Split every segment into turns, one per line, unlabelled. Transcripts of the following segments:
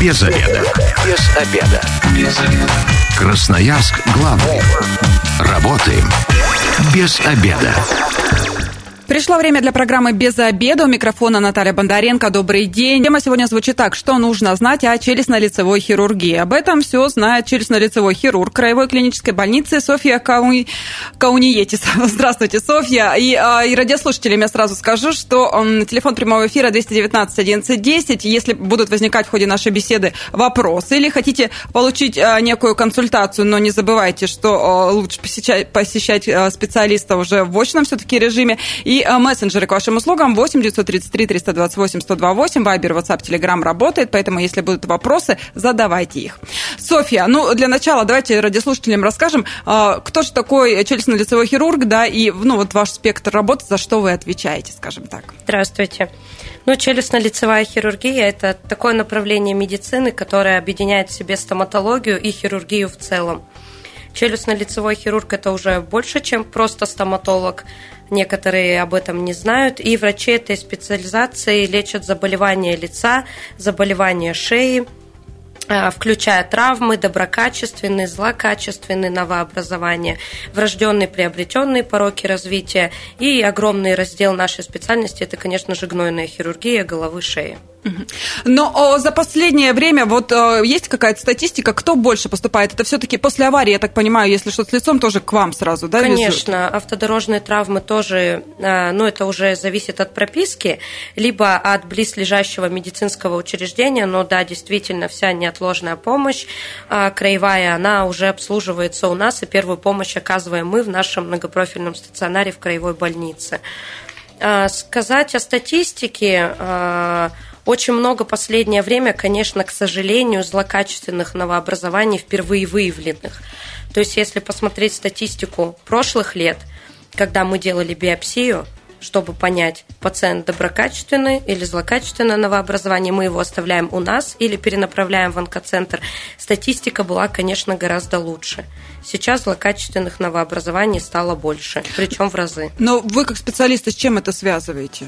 Без обеда. Без обеда. Без обеда. Красноярск главный. Работаем без обеда.
Пришло время для программы «Без обеда». У микрофона Наталья Бондаренко. Добрый день. Тема сегодня звучит так. Что нужно знать о челюстно-лицевой хирургии? Об этом все знает челюстно-лицевой хирург Краевой клинической больницы Софья Кауниетис. Здравствуйте, Софья. И радиослушателям я сразу скажу, что телефон прямого эфира 219 11 10. Если будут возникать в ходе нашей беседы вопросы или хотите получить некую консультацию, но не забывайте, что лучше посещать специалиста уже в очном все-таки режиме. И мессенджеры к вашим услугам 8 933 328 128, Вайбер, WhatsApp, Telegram работает, поэтому если будут вопросы, задавайте их. Софья, для начала давайте радиослушателям расскажем, кто же такой челюстно-лицевой хирург, да, и вот ваш спектр работы, за что вы отвечаете, скажем так.
Здравствуйте. Челюстно-лицевая хирургия – это такое направление медицины, которое объединяет в себе стоматологию и хирургию в целом. Челюстно-лицевой хирург – это уже больше, чем просто стоматолог. Некоторые об этом не знают. И врачи этой специализации лечат заболевания лица, заболевания шеи, включая травмы, доброкачественные, злокачественные новообразования, врожденные, приобретенные пороки развития. И огромный раздел нашей специальности – это, конечно же, гнойная хирургия головы, шеи.
Но за последнее время есть какая-то статистика, кто больше поступает? Это все-таки после аварии, я так понимаю, если что с лицом, тоже к вам сразу, да?
Конечно, везут? Автодорожные травмы тоже, это уже зависит от прописки, либо от близлежащего медицинского учреждения, но да, действительно, вся неотложная помощь краевая, она уже обслуживается у нас, и первую помощь оказываем мы в нашем многопрофильном стационаре в краевой больнице. Сказать о статистике... Очень много последнее время, конечно, к сожалению, злокачественных новообразований впервые выявленных. То есть, если посмотреть статистику прошлых лет, когда мы делали биопсию, чтобы понять, пациент доброкачественный или злокачественное новообразование, мы его оставляем у нас или перенаправляем в онкоцентр, статистика была, конечно, гораздо лучше. Сейчас злокачественных новообразований стало больше, причем в разы.
Но вы, как специалисты, с чем это связываете?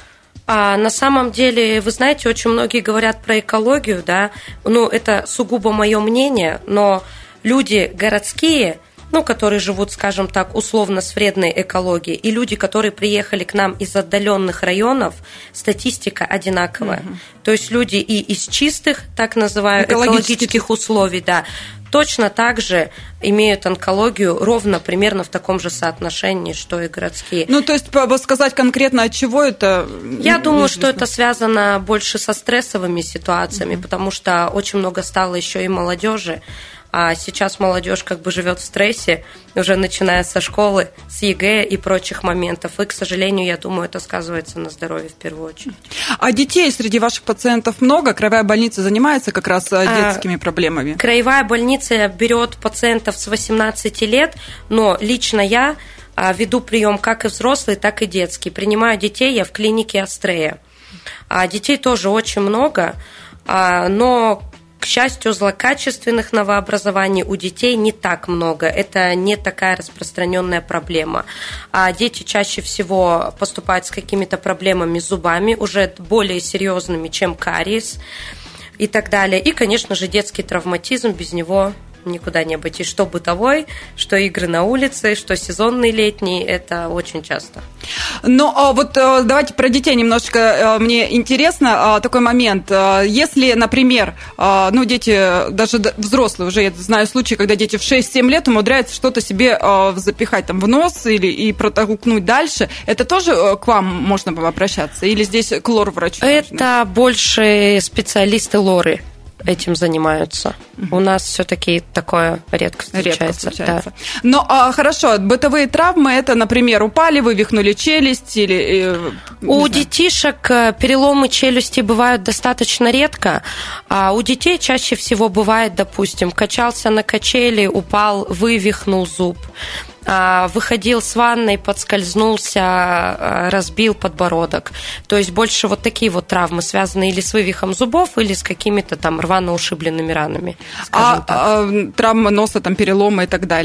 На самом деле, вы знаете, очень многие говорят про экологию, да, это сугубо мое мнение, но люди городские, которые живут, скажем так, условно с вредной экологией, и люди, которые приехали к нам из отдаленных районов, статистика одинаковая. Угу. То есть люди и из чистых, так называю, экологических условий, да, точно так же имеют онкологию ровно примерно в таком же соотношении, что и городские.
То есть сказать конкретно, от чего это?
Я думаю, что это связано больше со стрессовыми ситуациями, потому что очень много стало еще и молодежи. А сейчас молодежь живет в стрессе, уже начиная со школы, с ЕГЭ и прочих моментов. И, к сожалению, я думаю, это сказывается на здоровье в первую очередь.
А детей среди ваших пациентов много? Краевая больница занимается как раз детскими проблемами?
Краевая больница берет пациентов с 18 лет, но лично я веду прием как и взрослый, так и детский. Принимаю детей я в клинике Астрея. Детей тоже очень много, но... К счастью, злокачественных новообразований у детей не так много. Это не такая распространенная проблема. А дети чаще всего поступают с какими-то проблемами с зубами, уже более серьезными, чем кариес и так далее. И, конечно же, детский травматизм, без него никуда не обойтись. Что бытовой, что игры на улице, что сезонный летний, это очень часто.
Давайте про детей немножечко. Мне интересно такой момент. Если, например, дети, даже взрослые уже, я знаю случаи, когда дети в 6-7 лет умудряются что-то себе запихать в нос и протолкнуть дальше, это тоже к вам можно было обращаться? Или здесь к лор-врачу?
Это больше специалисты лоры этим занимаются. У нас все-таки такое редко встречается. Да.
Хорошо, бытовые травмы, это, например, упали, вывихнули челюсть или...
У детишек переломы челюсти бывают достаточно редко, а у детей чаще всего бывает, допустим, качался на качели, упал, вывихнул зуб. Выходил с ванной, подскользнулся, разбил подбородок. То есть больше такие травмы, связанные или с вывихом зубов, или с какими-то рвано ушибленными ранами.
Травма носа, переломы и так далее?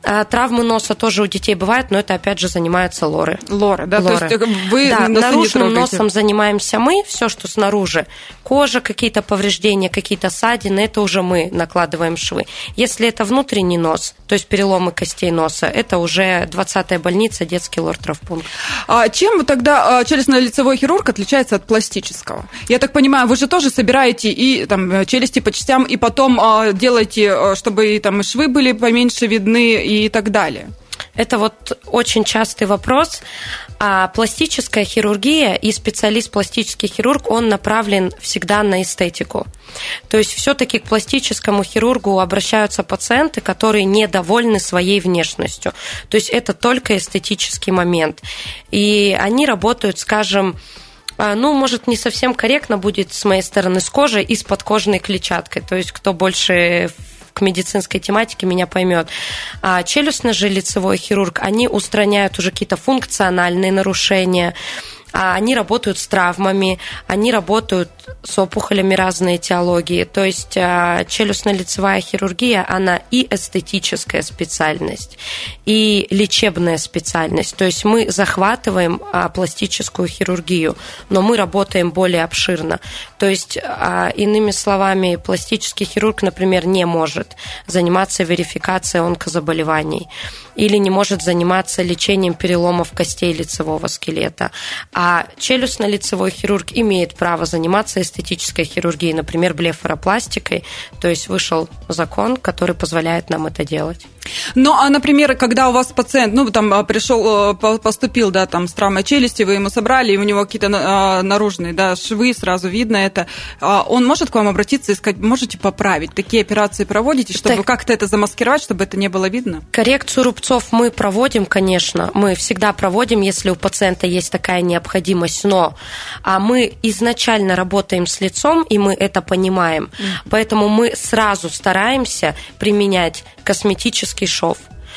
Травмы носа тоже у детей бывают, но это, опять же, занимаются лоры.
Лоры, да?
Лоры.
То есть вы
наружным носом занимаемся мы, все, что снаружи. Кожа, какие-то повреждения, какие-то ссадины, это уже мы накладываем швы. Если это внутренний нос, то есть переломы костей носа, это уже 20-я больница, детский лор-травмпункт.
Чем тогда челюстно-лицевой хирург отличается от пластического? Я так понимаю, вы же тоже собираете и там челюсти по частям, и потом делаете, чтобы там швы были поменьше видны и так далее.
Это вот очень частый вопрос. Пластическая хирургия и специалист-пластический хирург, он направлен всегда на эстетику. То есть все-таки к пластическому хирургу обращаются пациенты, которые недовольны своей внешностью. То есть это только эстетический момент. И они работают, скажем, может, не совсем корректно будет с моей стороны, с кожей и с подкожной клетчаткой. То есть кто больше к медицинской тематике меня поймет. Челюстно же лицевой хирург, они устраняют уже какие-то функциональные нарушения, они работают с травмами, они работают с опухолями разной этиологии. То есть челюстно-лицевая хирургия, она и эстетическая специальность, и лечебная специальность. То есть мы захватываем пластическую хирургию, но мы работаем более обширно. То есть, иными словами, пластический хирург, например, не может заниматься верификацией онкозаболеваний или не может заниматься лечением переломов костей лицевого скелета. А челюстно-лицевой хирург имеет право заниматься эстетической хирургией, например, блефаропластикой. То есть вышел закон, который позволяет нам это делать.
Ну, например, когда у вас пациент, поступил, с травмой челюсти, вы ему собрали, и у него какие-то наружные, швы, сразу видно это, он может к вам обратиться и сказать, можете поправить? Такие операции проводите, чтобы как-то это замаскировать, чтобы это не было видно?
Коррекцию рубцов мы проводим, конечно, мы всегда проводим, если у пациента есть такая необходимость, но мы изначально работаем с лицом, и мы это понимаем, поэтому мы сразу стараемся применять косметический шов.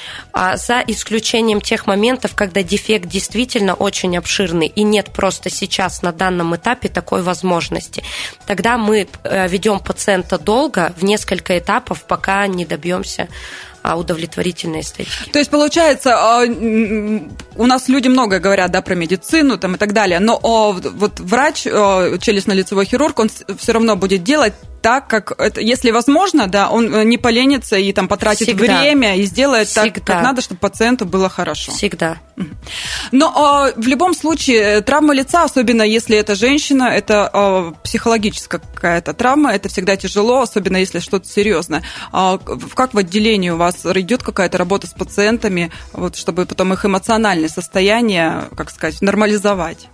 За исключением тех моментов, когда дефект действительно очень обширный и нет просто сейчас на данном этапе такой возможности. Тогда мы ведем пациента долго, в несколько этапов, пока не добьемся удовлетворительной эстетики.
То есть, получается, у нас люди многое говорят, про медицину и так далее, но вот врач, челюстно-лицевой хирург, он все равно будет делать так, как это, если возможно, он не поленится и потратит время и сделает так, как надо, чтобы пациенту было хорошо.
Всегда.
Но в любом случае травма лица, особенно если это женщина, это психологическая какая-то травма, это всегда тяжело, особенно если что-то серьезное. Как в отделении у вас идет какая-то работа с пациентами, чтобы потом их эмоциональное состояние, нормализовать?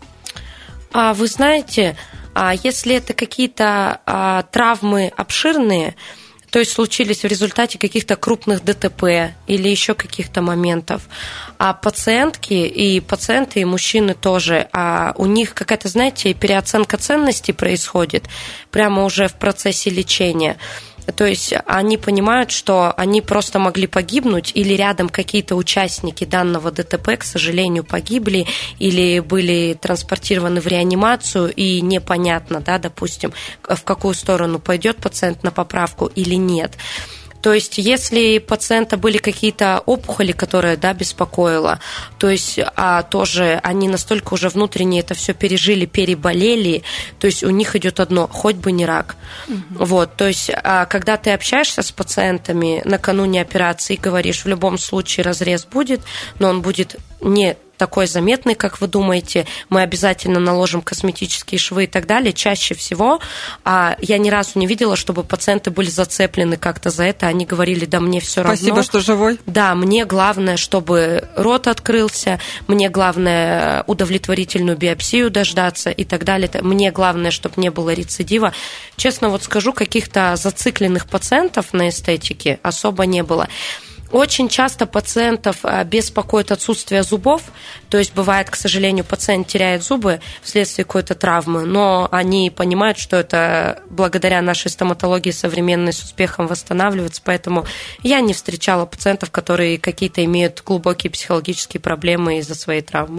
Вы знаете, если это какие-то травмы обширные, то есть случились в результате каких-то крупных ДТП или еще каких-то моментов, а пациентки и пациенты, и мужчины тоже, у них какая-то, переоценка ценностей происходит прямо уже в процессе лечения. То есть они понимают, что они просто могли погибнуть, или рядом какие-то участники данного ДТП, к сожалению, погибли, или были транспортированы в реанимацию, и непонятно, допустим, в какую сторону пойдет пациент на поправку или нет. То есть, если у пациента были какие-то опухоли, которые, беспокоило, то есть тоже они настолько уже внутренне это все пережили, переболели, то есть у них идет одно, хоть бы не рак. То есть, когда ты общаешься с пациентами накануне операции, говоришь, в любом случае разрез будет, но он будет не такой заметный, как вы думаете, мы обязательно наложим косметические швы и так далее. Чаще всего я ни разу не видела, чтобы пациенты были зацеплены как-то за это. Они говорили, мне все равно.
Спасибо, что живой.
Да, мне главное, чтобы рот открылся, мне главное удовлетворительную биопсию дождаться и так далее. Мне главное, чтобы не было рецидива. Честно скажу, каких-то зацикленных пациентов на эстетике особо не было. Очень часто пациентов беспокоит отсутствие зубов, то есть бывает, к сожалению, пациент теряет зубы вследствие какой-то травмы, но они понимают, что это благодаря нашей стоматологии современной с успехом восстанавливается, поэтому я не встречала пациентов, которые какие-то имеют глубокие психологические проблемы из-за своей травмы.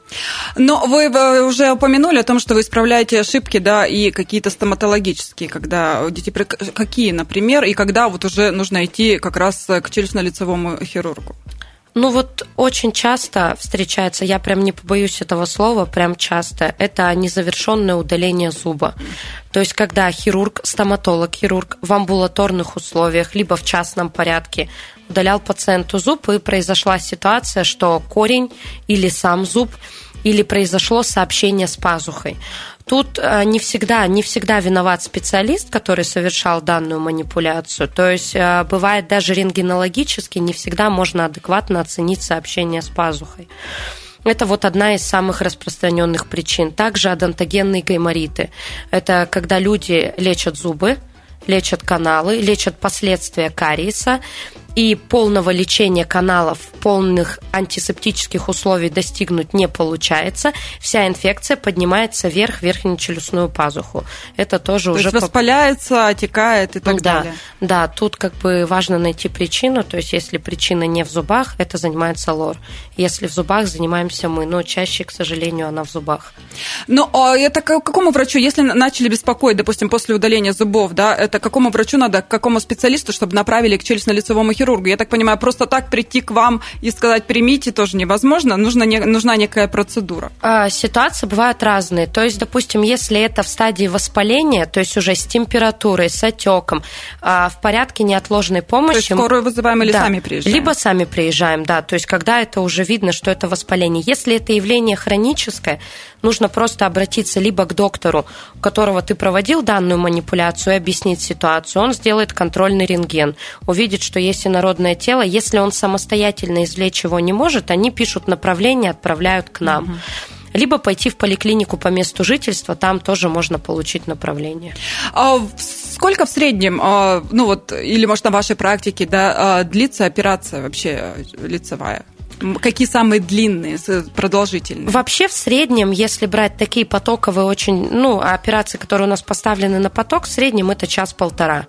Но вы уже упомянули о том, что вы исправляете ошибки, да, и какие-то стоматологические, когда у детей, какие, например, и когда вот уже нужно идти как раз к челюстно-лицевому хирургу?
Ну вот очень часто встречается, я прям не побоюсь этого слова, прям часто, это незавершенное удаление зуба. То есть когда хирург, стоматолог-хирург в амбулаторных условиях, либо в частном порядке удалял пациенту зуб, и произошла ситуация, что корень или сам зуб, или произошло сообщение с пазухой. Тут не всегда виноват специалист, который совершал данную манипуляцию. То есть бывает даже рентгенологически не всегда можно адекватно оценить сообщение с пазухой. Это вот одна из самых распространенных причин. Также одонтогенные гаймориты. Это когда люди лечат зубы, лечат каналы, лечат последствия кариеса, и полного лечения каналов, полных антисептических условий достигнуть не получается, вся инфекция поднимается вверх, в верхнечелюстную пазуху. Это тоже
то
уже...
есть воспаляется, отекает и так далее.
Да, тут как бы важно найти причину, то есть если причина не в зубах, это занимается лор. Если в зубах, занимаемся мы, но чаще, к сожалению, она в зубах.
Ну, это к какому врачу, если начали беспокоить, допустим, после удаления зубов, да, это к какому врачу надо, к какому специалисту, чтобы направили к челюстно-лицевому хирургу? Я так понимаю, просто так прийти к вам и сказать «примите» тоже невозможно, нужна некая процедура.
Ситуации бывают разные. То есть, допустим, если это в стадии воспаления, то есть уже с температурой, с отеком, в порядке неотложной помощи...
То есть скорую вызываем или сами приезжаем?
Либо сами приезжаем, да. То есть когда это уже видно, что это воспаление. Если это явление хроническое, нужно просто обратиться либо к доктору, у которого ты проводил данную манипуляцию, и объяснить ситуацию. Он сделает контрольный рентген, увидит, что есть инородное тело. Если он самостоятельно извлечь его не может, они пишут направление, отправляют к нам. Либо пойти в поликлинику по месту жительства, там тоже можно получить направление.
Сколько в среднем, ну вот, или может на вашей практике, да, длится операция вообще лицевая? Какие самые длинные, продолжительные?
Вообще в среднем, если брать такие потоковые очень, операции, которые у нас поставлены на поток, в среднем это час-полтора.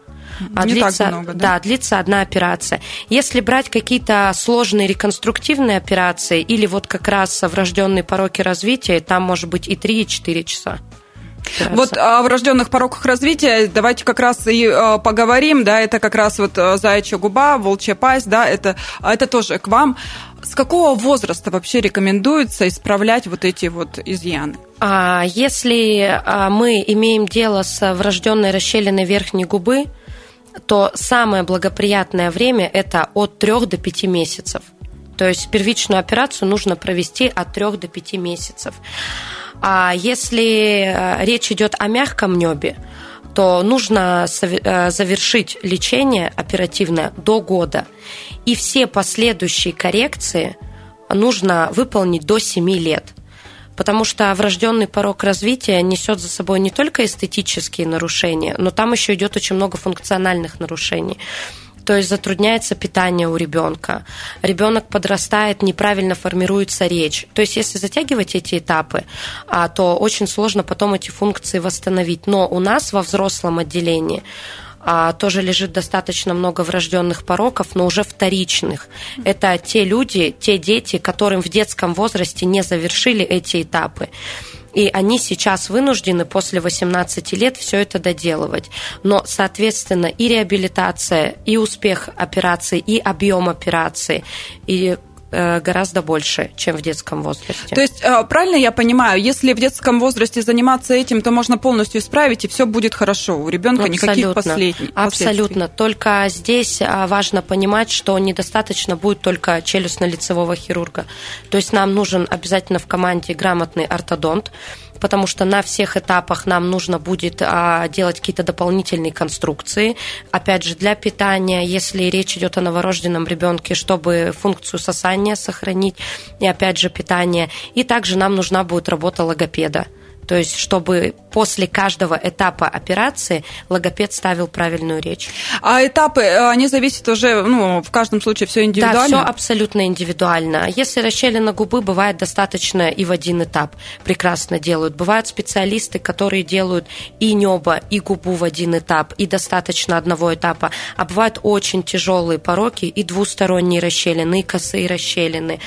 Так много, да?
Да, длится одна операция. Если брать какие-то сложные реконструктивные операции или вот как раз врожденные пороки развития, там может быть и 3, и 4 часа. Операция.
Вот о врожденных пороках развития давайте как раз и поговорим, да, это как раз вот заячья губа, волчья пасть, да, это тоже к вам. С какого возраста вообще рекомендуется исправлять вот эти вот изъяны?
Если мы имеем дело с врожденной расщелиной верхней губы, то самое благоприятное время – это от 3 до 5 месяцев. То есть первичную операцию нужно провести от 3 до 5 месяцев. А если речь идет о мягком небе, то нужно завершить лечение оперативное до года. И все последующие коррекции нужно выполнить до 7 лет. Потому что врожденный порок развития несет за собой не только эстетические нарушения, но там еще идет очень много функциональных нарушений. То есть затрудняется питание у ребенка, ребенок подрастает, неправильно формируется речь. То есть если затягивать эти этапы, то очень сложно потом эти функции восстановить. Но у нас во взрослом отделении тоже лежит достаточно много врожденных пороков, но уже вторичных. Это те люди, те дети, которым в детском возрасте не завершили эти этапы. И они сейчас вынуждены после 18 лет все это доделывать. Но, соответственно, и реабилитация, и успех операции, и объем операции, и гораздо больше, чем в детском возрасте.
То есть, правильно я понимаю, если в детском возрасте заниматься этим, то можно полностью исправить, и все будет хорошо. У ребенка никаких последствий.
Абсолютно. Только здесь важно понимать, что недостаточно будет только челюстно-лицевого хирурга. То есть нам нужен обязательно в команде грамотный ортодонт, потому что на всех этапах нам нужно будет делать какие-то дополнительные конструкции. Опять же, для питания, если речь идет о новорожденном ребенке, чтобы функцию сосания сохранить, и опять же питание. И также нам нужна будет работа логопеда. То есть, чтобы после каждого этапа операции логопед ставил правильную речь.
А этапы, они зависят уже, в каждом случае все индивидуально?
Да, все абсолютно индивидуально. Если расщелина губы, бывает достаточно и в один этап. Прекрасно делают. Бывают специалисты, которые делают и небо, и губу в один этап, и достаточно одного этапа. А бывают очень тяжелые пороки, и двусторонние расщелины, и косые расщелины.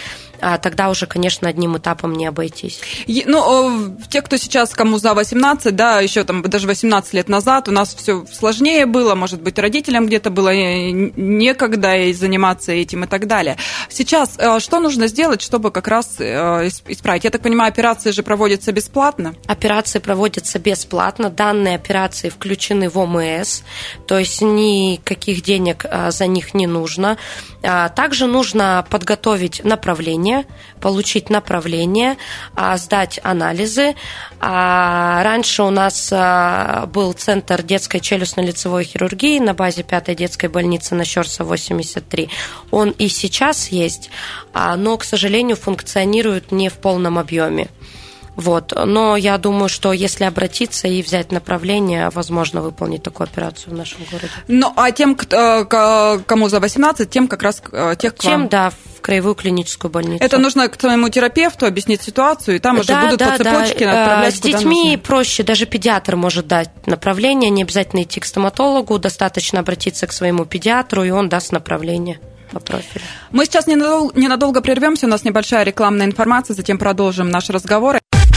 тогда уже, конечно, одним этапом не обойтись.
Ну, те, кто сейчас, кому за 18, да, еще там даже 18 лет назад, у нас все сложнее было, может быть, родителям где-то было некогда и заниматься этим и так далее. Сейчас что нужно сделать, чтобы как раз исправить? Я так понимаю, операции же проводятся бесплатно?
Операции проводятся бесплатно, данные операции включены в ОМС, то есть никаких денег за них не нужно. Также нужно подготовить направление, получить направление, сдать анализы. Раньше у нас был центр детской челюстно-лицевой хирургии на базе 5-й детской больницы на Щорса 83. Он и сейчас есть, но, к сожалению, функционирует не в полном объеме. Вот. Но я думаю, что если обратиться и взять направление, возможно выполнить такую операцию в нашем городе.
Ну, а тем, кому за 18, тем как раз тех к вам?
Да, в краевую клиническую больницу.
Это нужно к твоему терапевту объяснить ситуацию, и там уже будут по цепочке отправлять куда нужно. С детьми
проще, даже педиатр может дать направление, не обязательно идти к стоматологу, достаточно обратиться к своему педиатру, и он даст направление по профилю.
Мы сейчас ненадолго прервемся, у нас небольшая рекламная информация, затем продолжим наш разговор.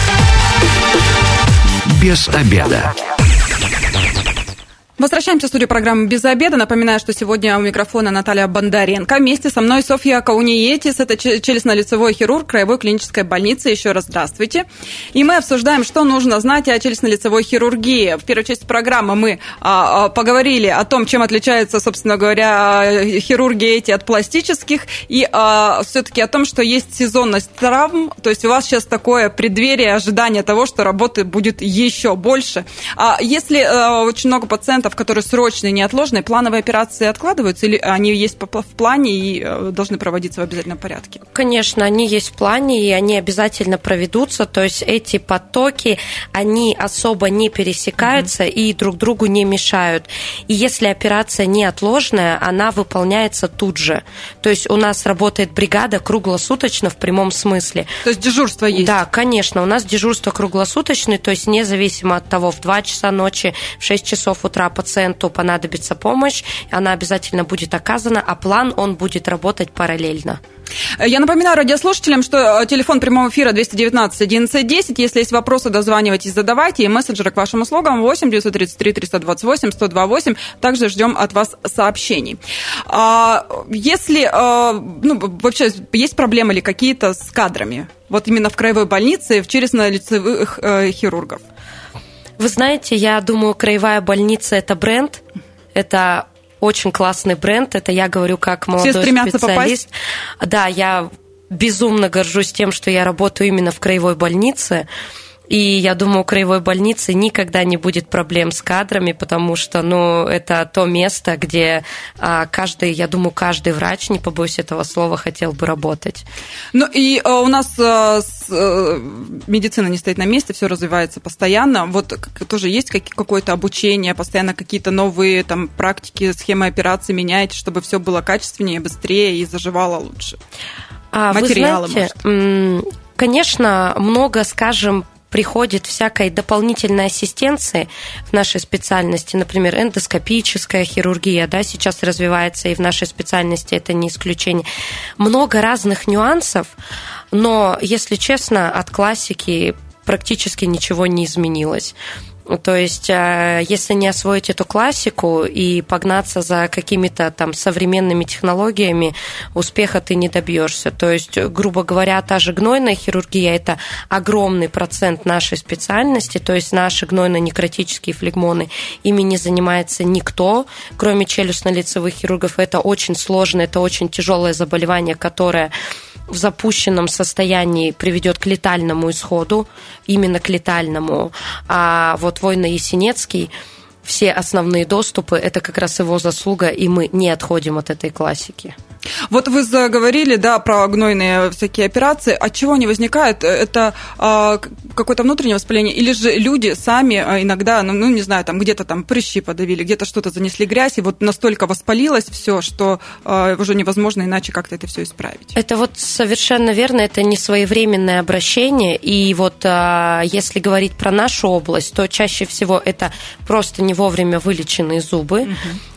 Без обеда.
Возвращаемся в студию программы «Без обеда». Напоминаю, что сегодня у микрофона Наталья Бондаренко. Вместе со мной Софья Кауниетис, это челюстно-лицевой хирург краевой клинической больницы. Еще раз здравствуйте. И мы обсуждаем, что нужно знать о челюстно-лицевой хирургии. В первой части программы мы поговорили о том, чем отличаются, собственно говоря, хирурги эти от пластических, и все-таки о том, что есть сезонность травм. То есть у вас сейчас такое преддверие, ожидание того, что работы будет еще больше. Если очень много пациентов, которые срочные, неотложные, плановые операции откладываются, или они есть в плане и должны проводиться в обязательном порядке?
Конечно, они есть в плане, и они обязательно проведутся, то есть эти потоки, они особо не пересекаются и друг другу не мешают. И если операция неотложная, она выполняется тут же. То есть у нас работает бригада круглосуточно в прямом смысле.
То есть дежурство есть?
Да, конечно, у нас дежурство круглосуточное, то есть независимо от того, в 2 часа ночи, в 6 часов утра пациенту понадобится помощь, она обязательно будет оказана, а план, он будет работать параллельно.
Я напоминаю радиослушателям, что телефон прямого эфира 219 11 10. Если есть вопросы, дозванивайтесь, задавайте. И мессенджеры к вашим услугам 8 933 328 128. Также ждем от вас сообщений. Если вообще есть проблемы ли какие-то с кадрами? Вот именно в краевой больнице, в челюстно-лицевых хирургов?
Вы знаете, я думаю, краевая больница – это бренд, это очень классный бренд, это я говорю как молодой специалист.
Попасть?
Да, я безумно горжусь тем, что я работаю именно в краевой больнице. И я думаю, у краевой больницы никогда не будет проблем с кадрами, потому что, это то место, где каждый врач, не побоюсь этого слова, хотел бы работать.
Ну и у нас медицина не стоит на месте, все развивается постоянно. Вот тоже есть какое-то обучение, постоянно какие-то новые там практики, схемы операций меняете, чтобы все было качественнее, быстрее и заживало лучше? Материалы,
вы знаете, конечно, много, скажем, приходит всякой дополнительной ассистенции в нашей специальности, например, эндоскопическая хирургия, да, сейчас развивается, и в нашей специальности это не исключение. Много разных нюансов, но, если честно, от классики практически ничего не изменилось. То есть, если не освоить эту классику и погнаться за какими-то там современными технологиями, успеха ты не добьешься. То есть, грубо говоря, та же гнойная хирургия – это огромный процент нашей специальности, то есть наши гнойно-некротические флегмоны, ими не занимается никто, кроме челюстно-лицевых хирургов. Это очень сложное, это очень тяжелое заболевание, которое в запущенном состоянии приведет к летальному исходу, именно к летальному. А вот Войно-Ясенецкий, все основные доступы, это как раз его заслуга, и мы не отходим от этой классики.
Вот вы заговорили, да, про гнойные всякие операции. От чего они возникают? Это какое-то внутреннее воспаление? Или же люди сами иногда, не знаю, там где-то там прыщи подавили, где-то что-то занесли грязь, и вот настолько воспалилось все, что уже невозможно иначе как-то это все исправить? Это
вот совершенно верно, это не своевременное обращение. И вот если говорить про нашу область, то чаще всего это просто не вовремя вылеченные зубы.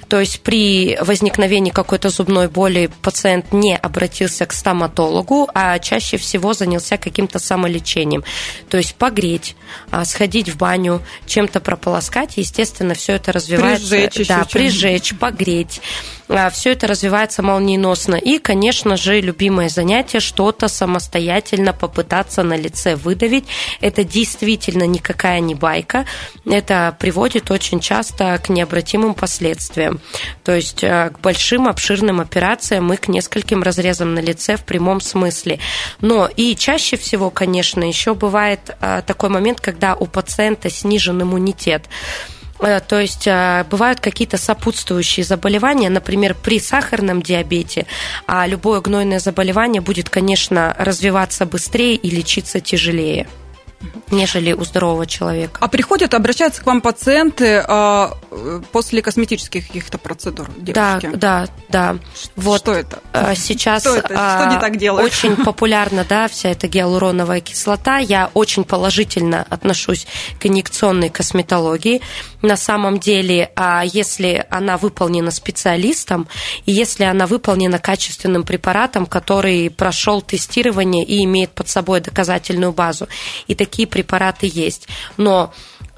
То есть при возникновении какой-то зубной боли пациент не обратился к стоматологу, а чаще всего занялся каким-то самолечением. То есть погреть, сходить в баню, чем-то прополоскать, естественно, все это развивается. Прижечь, погреть. Все это развивается молниеносно. И, конечно же, любимое занятие, что-то самостоятельно попытаться на лице выдавить. Это действительно никакая не байка. Это приводит очень часто к необратимым последствиям. То есть к большим, обширным операциям и к нескольким разрезам на лице в прямом смысле. Но и чаще всего, конечно, еще бывает такой момент, когда у пациента снижен иммунитет. То есть бывают какие-то сопутствующие заболевания, например, при сахарном диабете, а любое гнойное заболевание будет, конечно, развиваться быстрее и лечиться тяжелее, нежели у здорового человека.
А приходят, обращаются к вам пациенты после косметических каких-то процедур, девушки?
Да. Вот
что это?
Сейчас
что не так делают?
Очень популярна, вся эта гиалуроновая кислота. Я очень положительно отношусь к инъекционной косметологии. На самом деле, если она выполнена специалистом, и если она выполнена качественным препаратом, который прошел тестирование и имеет под собой доказательную базу. И такие препараты есть. Но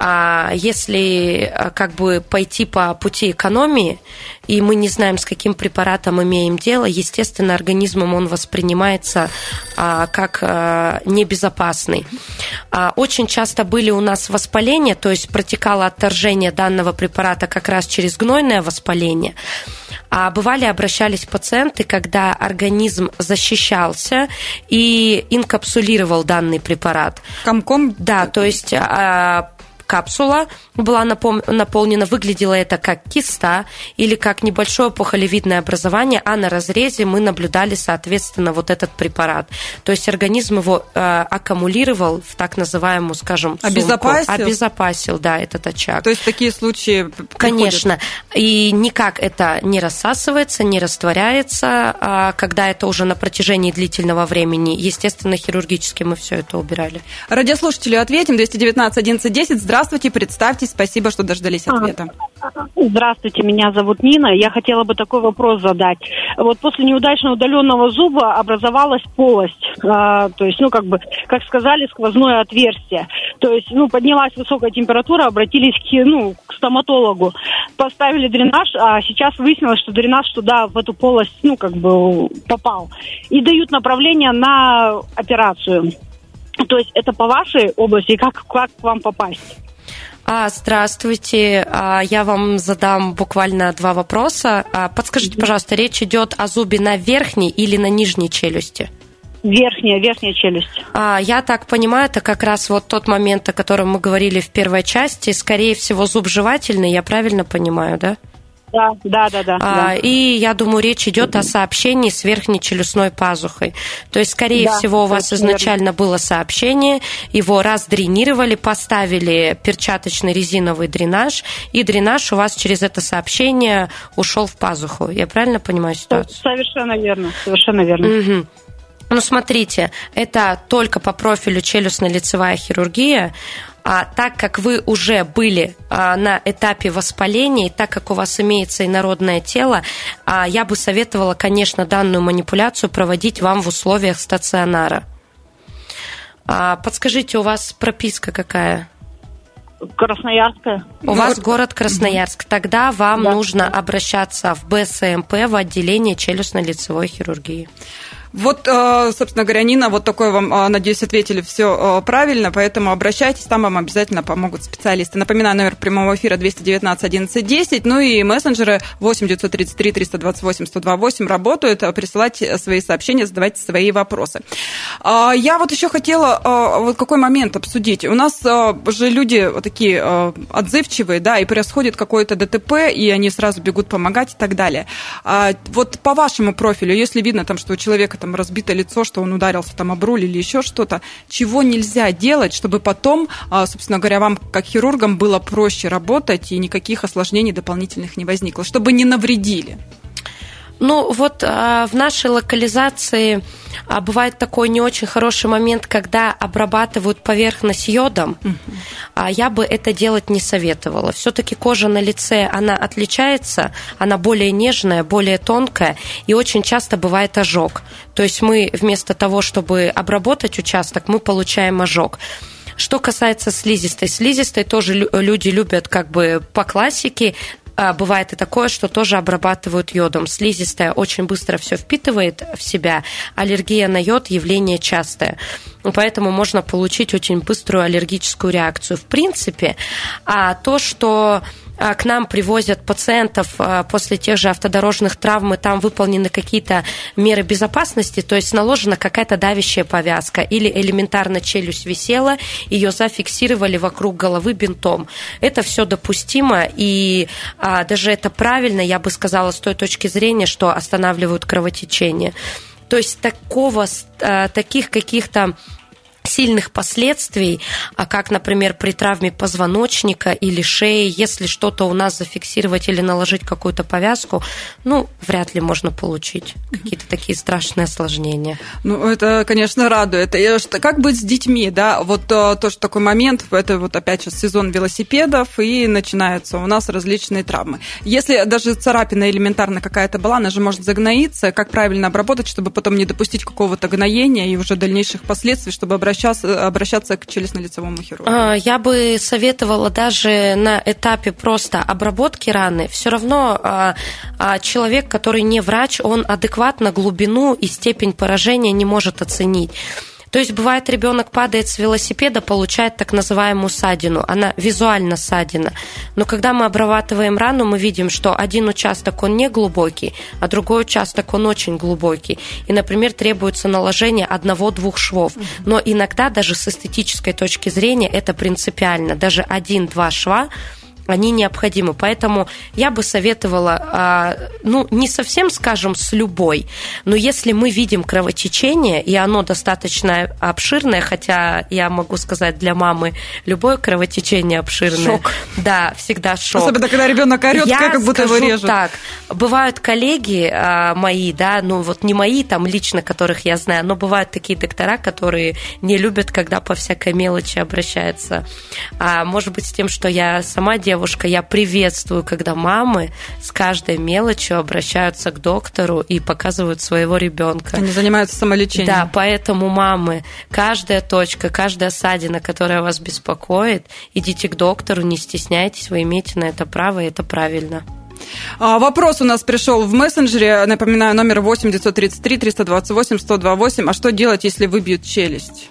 если пойти по пути экономии, и мы не знаем, с каким препаратом имеем дело, естественно, организмом он воспринимается как небезопасный. Очень часто были у нас воспаления, то есть протекало отторжение данного препарата как раз через гнойное воспаление. А бывали, обращались пациенты, когда организм защищался и инкапсулировал данный препарат.
Комком?
Да, то есть капсула была наполнена, выглядело это как киста или как небольшое опухолевидное образование, а на разрезе мы наблюдали, соответственно, вот этот препарат. То есть организм его аккумулировал в так называемую, скажем, сумку. Обезопасил, да, этот очаг.
То есть такие случаи приходят?
Конечно. И никак это не рассасывается, не растворяется, когда это уже на протяжении длительного времени. Естественно, хирургически мы все это убирали.
Радиослушателю ответим. 219-11-10. Здравствуйте, представьтесь, спасибо, что дождались ответа.
Здравствуйте, меня зовут Нина. Я хотела бы такой вопрос задать. Вот после неудачно удаленного зуба образовалась полость, то есть, как сказали, сквозное отверстие. То есть, поднялась высокая температура, обратились к стоматологу, поставили дренаж, а сейчас выяснилось, что дренаж туда, в эту полость, попал. И дают направление на операцию. То есть это по вашей области, и как к вам попасть?
Здравствуйте. Я вам задам буквально 2 вопроса. Подскажите, пожалуйста, речь идет о зубе на верхней или на нижней челюсти?
Верхняя челюсть.
Я так понимаю, это как раз вот тот момент, о котором мы говорили в первой части. Скорее всего, зуб жевательный, я правильно понимаю, да?
Да.
И я думаю, речь идет о сообщении с верхней челюстной пазухой. То есть, скорее всего, у вас изначально было сообщение, его раздренировали, поставили перчаточный резиновый дренаж, и дренаж у вас через это сообщение ушел в пазуху. Я правильно понимаю ситуацию?
Совершенно верно.
Угу. Смотрите, это только по профилю челюстно-лицевая хирургия. Так как вы уже были на этапе воспаления, и так как у вас имеется инородное тело, я бы советовала, конечно, данную манипуляцию проводить вам в условиях стационара. Подскажите, у вас прописка какая?
Красноярская.
У вас город Красноярск. Тогда вам нужно обращаться в БСМП, в отделение челюстно-лицевой хирургии.
Вот, собственно говоря, Нина, вот такой вам, надеюсь, ответили все правильно, поэтому обращайтесь, там вам обязательно помогут специалисты. Напоминаю, номер прямого эфира 219-11-10, ну и мессенджеры 8-933-328-128 работают, присылайте свои сообщения, задавайте свои вопросы. Я вот еще хотела вот какой момент обсудить. У нас же люди вот такие отзывчивые, да, и происходит какое-то ДТП, и они сразу бегут помогать и так далее. Вот по вашему профилю, если видно, там, что у человека там разбито лицо, что он ударился там об руль или еще что-то, чего нельзя делать, чтобы потом, собственно говоря, вам, как хирургам, было проще работать и никаких осложнений дополнительных не возникло, чтобы не навредили?
Ну, вот в нашей локализации бывает такой не очень хороший момент, когда обрабатывают поверхность йодом. Я бы это делать не советовала. Все-таки кожа на лице, она отличается, она более нежная, более тонкая, и очень часто бывает ожог. То есть мы вместо того, чтобы обработать участок, мы получаем ожог. Что касается слизистой тоже люди любят как бы по классике. Бывает и такое, что тоже обрабатывают йодом. Слизистая очень быстро все впитывает в себя. Аллергия на йод – явление частое. Поэтому можно получить очень быструю аллергическую реакцию. В принципе, то, что к нам привозят пациентов после тех же автодорожных травм, и там выполнены какие-то меры безопасности, то есть наложена какая-то давящая повязка или элементарно челюсть висела, ее зафиксировали вокруг головы бинтом. Это все допустимо, и даже это правильно, я бы сказала, с той точки зрения, что останавливают кровотечение. То есть таких каких-то сильных последствий, как, например, при травме позвоночника или шеи, если что-то у нас зафиксировать или наложить какую-то повязку, вряд ли можно получить какие-то такие страшные осложнения.
Это, конечно, радует. Как быть с детьми, да? Вот тоже такой момент, это вот опять сейчас сезон велосипедов, и начинаются у нас различные травмы. Если даже царапина элементарно какая-то была, она же может загноиться, как правильно обработать, чтобы потом не допустить какого-то гноения и уже дальнейших последствий, чтобы обращаться к челюстно-лицевому хирургу?
Я бы советовала даже на этапе просто обработки раны. Все равно человек, который не врач, он адекватно глубину и степень поражения не может оценить. То есть бывает, ребенок падает с велосипеда, получает так называемую ссадину. Она визуально ссадина. Но когда мы обрабатываем рану, мы видим, что один участок он не глубокий, а другой участок он очень глубокий. И, например, требуется наложение 1-2 швов. Но иногда даже с эстетической точки зрения это принципиально. Даже 1-2 шва они необходимы. Поэтому я бы советовала, не совсем, скажем, с любой, но если мы видим кровотечение, и оно достаточно обширное, хотя я могу сказать, для мамы любое кровотечение обширное.
Шок.
Да, всегда шок.
Особенно, когда ребенок орет, как будто его режут.
Так, бывают коллеги мои, да, не мои там лично, которых я знаю, но бывают такие доктора, которые не любят, когда по всякой мелочи обращаются. Может быть, с тем, что я сама девушка, я приветствую, когда мамы с каждой мелочью обращаются к доктору и показывают своего ребенка.
Они занимаются самолечением.
Да, поэтому, мамы, каждая точка, каждая ссадина, которая вас беспокоит, идите к доктору, не стесняйтесь, вы имеете на это право, и это правильно.
Вопрос у нас пришел в мессенджере. Напоминаю, номер 8-933-328-128. А что делать, если выбьют челюсть?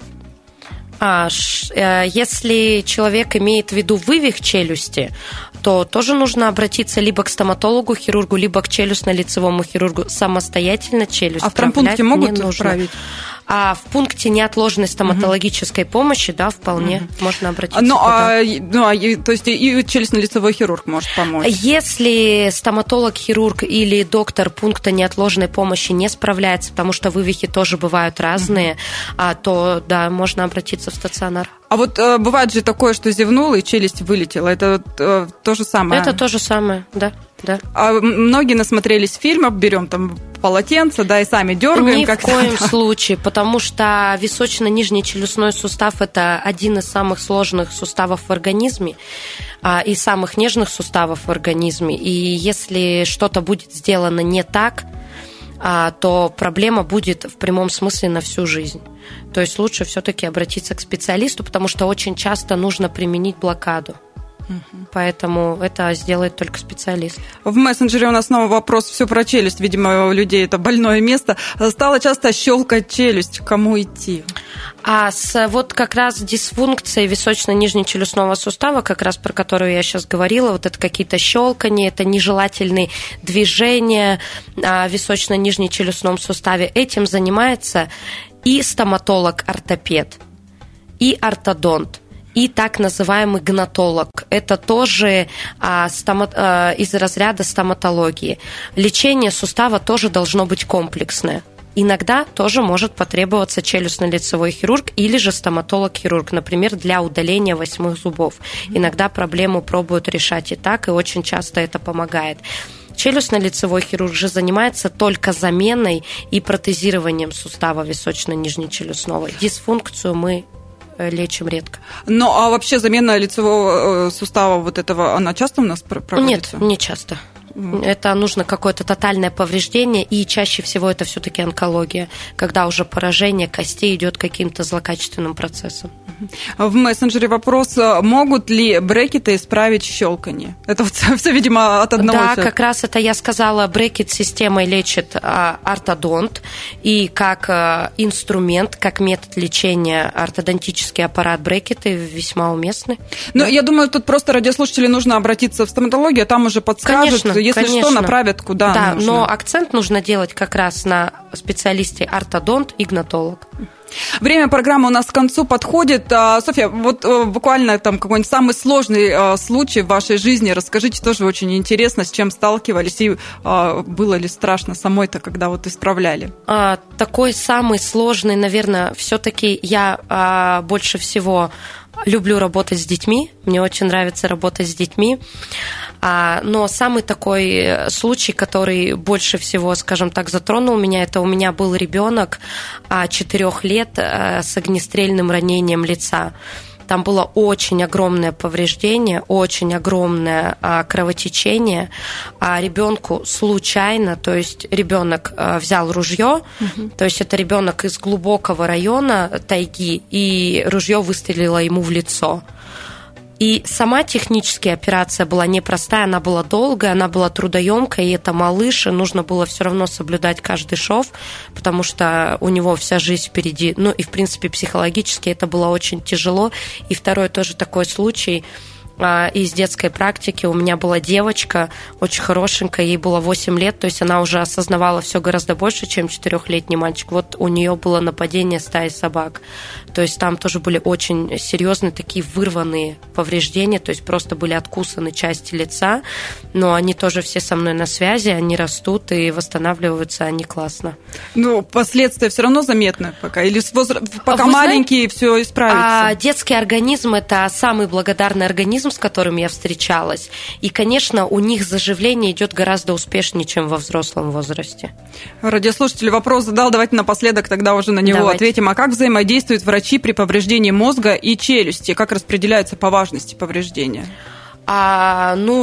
Если человек имеет в виду вывих челюсти, то тоже нужно обратиться либо к стоматологу, хирургу, либо к челюстно-лицевому хирургу. Самостоятельно челюсть
в травмпункте могут вправить?
А в пункте неотложной стоматологической помощи, да, вполне можно обратиться
туда. То есть и челюстно-лицевой хирург может помочь?
Если стоматолог-хирург или доктор пункта неотложной помощи не справляется, потому что вывихи тоже бывают разные, то, да, можно обратиться в стационар.
А вот бывает же такое, что зевнул и челюсть вылетела. Это то же самое? Это
то же самое, да.
А многие насмотрелись фильмов, берем там полотенце, да, и сами дергаем.
Ни в коем случае, потому что височно-нижний челюстной сустав – это один из самых сложных суставов в организме и самых нежных суставов в организме. И если что-то будет сделано не так, то проблема будет в прямом смысле на всю жизнь. То есть лучше все-таки обратиться к специалисту, потому что очень часто нужно применить блокаду. Поэтому это сделает только специалист.
В мессенджере у нас снова вопрос, все про челюсть. Видимо, у людей это больное место. Стало часто щелкать челюсть. К кому идти?
Вот как раз дисфункцией височно-нижнечелюстного сустава, как раз про которую я сейчас говорила, вот это какие-то щелкания, это нежелательные движения в височно-нижнечелюстном суставе. Этим занимается и стоматолог-ортопед, и ортодонт, и так называемый гнатолог. Это тоже из разряда стоматологии. Лечение сустава тоже должно быть комплексное. Иногда тоже может потребоваться челюстно-лицевой хирург или же стоматолог-хирург, например, для удаления 8 зубов. Иногда проблему пробуют решать и так, и очень часто это помогает. Челюстно-лицевой хирург же занимается только заменой и протезированием сустава височно-нижнечелюстного. Дисфункцию мы лечим редко.
Ну, а вообще замена лицевого сустава вот этого, она часто у нас проводится?
Нет, не часто. Это нужно какое-то тотальное повреждение, и чаще всего это все-таки онкология, когда уже поражение костей идет каким-то злокачественным процессом.
В мессенджере вопрос: могут ли брекеты исправить щелканье? Это вот все, видимо, от одного
Да,
человека.
как раз это я сказала, брекет-системой лечит ортодонт, и как инструмент, как метод лечения ортодонтический аппарат брекеты весьма уместны.
Ну, я думаю, тут просто радиослушателям нужно обратиться в стоматологию, там уже подскажут, если что, направят куда
да,
нужно.
Но акцент нужно делать как раз на специалисте ортодонт и гнатолог.
Время программы у нас к концу подходит. Софья, вот буквально там какой-нибудь самый сложный случай в вашей жизни расскажите, тоже очень интересно, с чем сталкивались, и было ли страшно самой-то, когда вот исправляли?
Такой самый сложный, наверное, все-таки я больше всего люблю работать с детьми, мне очень нравится работать с детьми, но самый такой случай, который больше всего, скажем так, затронул меня, это у меня был ребенок 4 лет с огнестрельным ранением лица. Там было очень огромное повреждение, очень огромное кровотечение. Ребенку случайно, то есть ребенок взял ружье, то есть это ребенок из глубокого района тайги, и ружье выстрелило ему в лицо. И сама технически операция была непростая, она была долгая, она была трудоемкая, и это малыш, и нужно было все равно соблюдать каждый шов, потому что у него вся жизнь впереди. Ну и, в принципе, психологически это было очень тяжело. И второй тоже такой случай из детской практики. У меня была девочка, очень хорошенькая, ей было 8 лет, то есть она уже осознавала все гораздо больше, чем 4-летний мальчик. Вот у нее было нападение стаи собак. То есть там тоже были очень серьезные такие вырванные повреждения, то есть просто были откусаны части лица, но они тоже все со мной на связи, они растут и восстанавливаются, они классно.
Ну, последствия все равно заметны пока? Или пока маленькие, все исправится?
Детский организм – это самый благодарный организм, с которым я встречалась. И, конечно, у них заживление идет гораздо успешнее, чем во взрослом возрасте.
Радиослушатель вопрос задал, давайте напоследок тогда уже на него ответим. А как взаимодействуют врачи при повреждении мозга и челюсти? Как распределяются по важности повреждения?
Ну,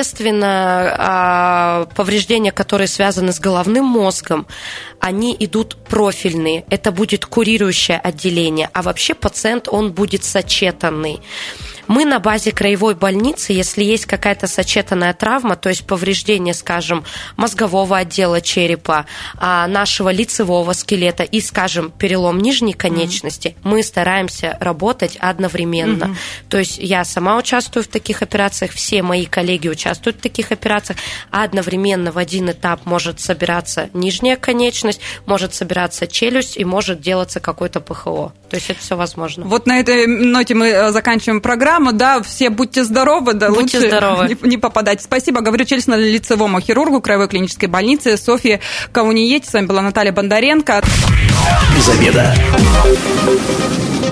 естественно, повреждения, которые связаны с головным мозгом, они идут профильные. Это будет курирующее отделение. А вообще пациент, он будет сочетанный. Мы на базе краевой больницы, если есть какая-то сочетанная травма, то есть повреждение, скажем, мозгового отдела черепа, нашего лицевого скелета и, скажем, перелом нижней конечности, мы стараемся работать одновременно. То есть я сама участвую в таких операциях, все мои коллеги участвуют в таких операциях, а одновременно в один этап может собираться нижняя конечность, может собираться челюсть и может делаться какой-то ПХО. То есть это все возможно.
Вот на этой ноте мы заканчиваем программу. Да, все будьте здоровы, да,
будьте
лучше
здоровы.
Не попадать. Спасибо. Говорю челюстно-лицевому хирургу Краевой клинической больницы Софье Кауниете. С вами была Наталья Бондаренко.
Без обеда.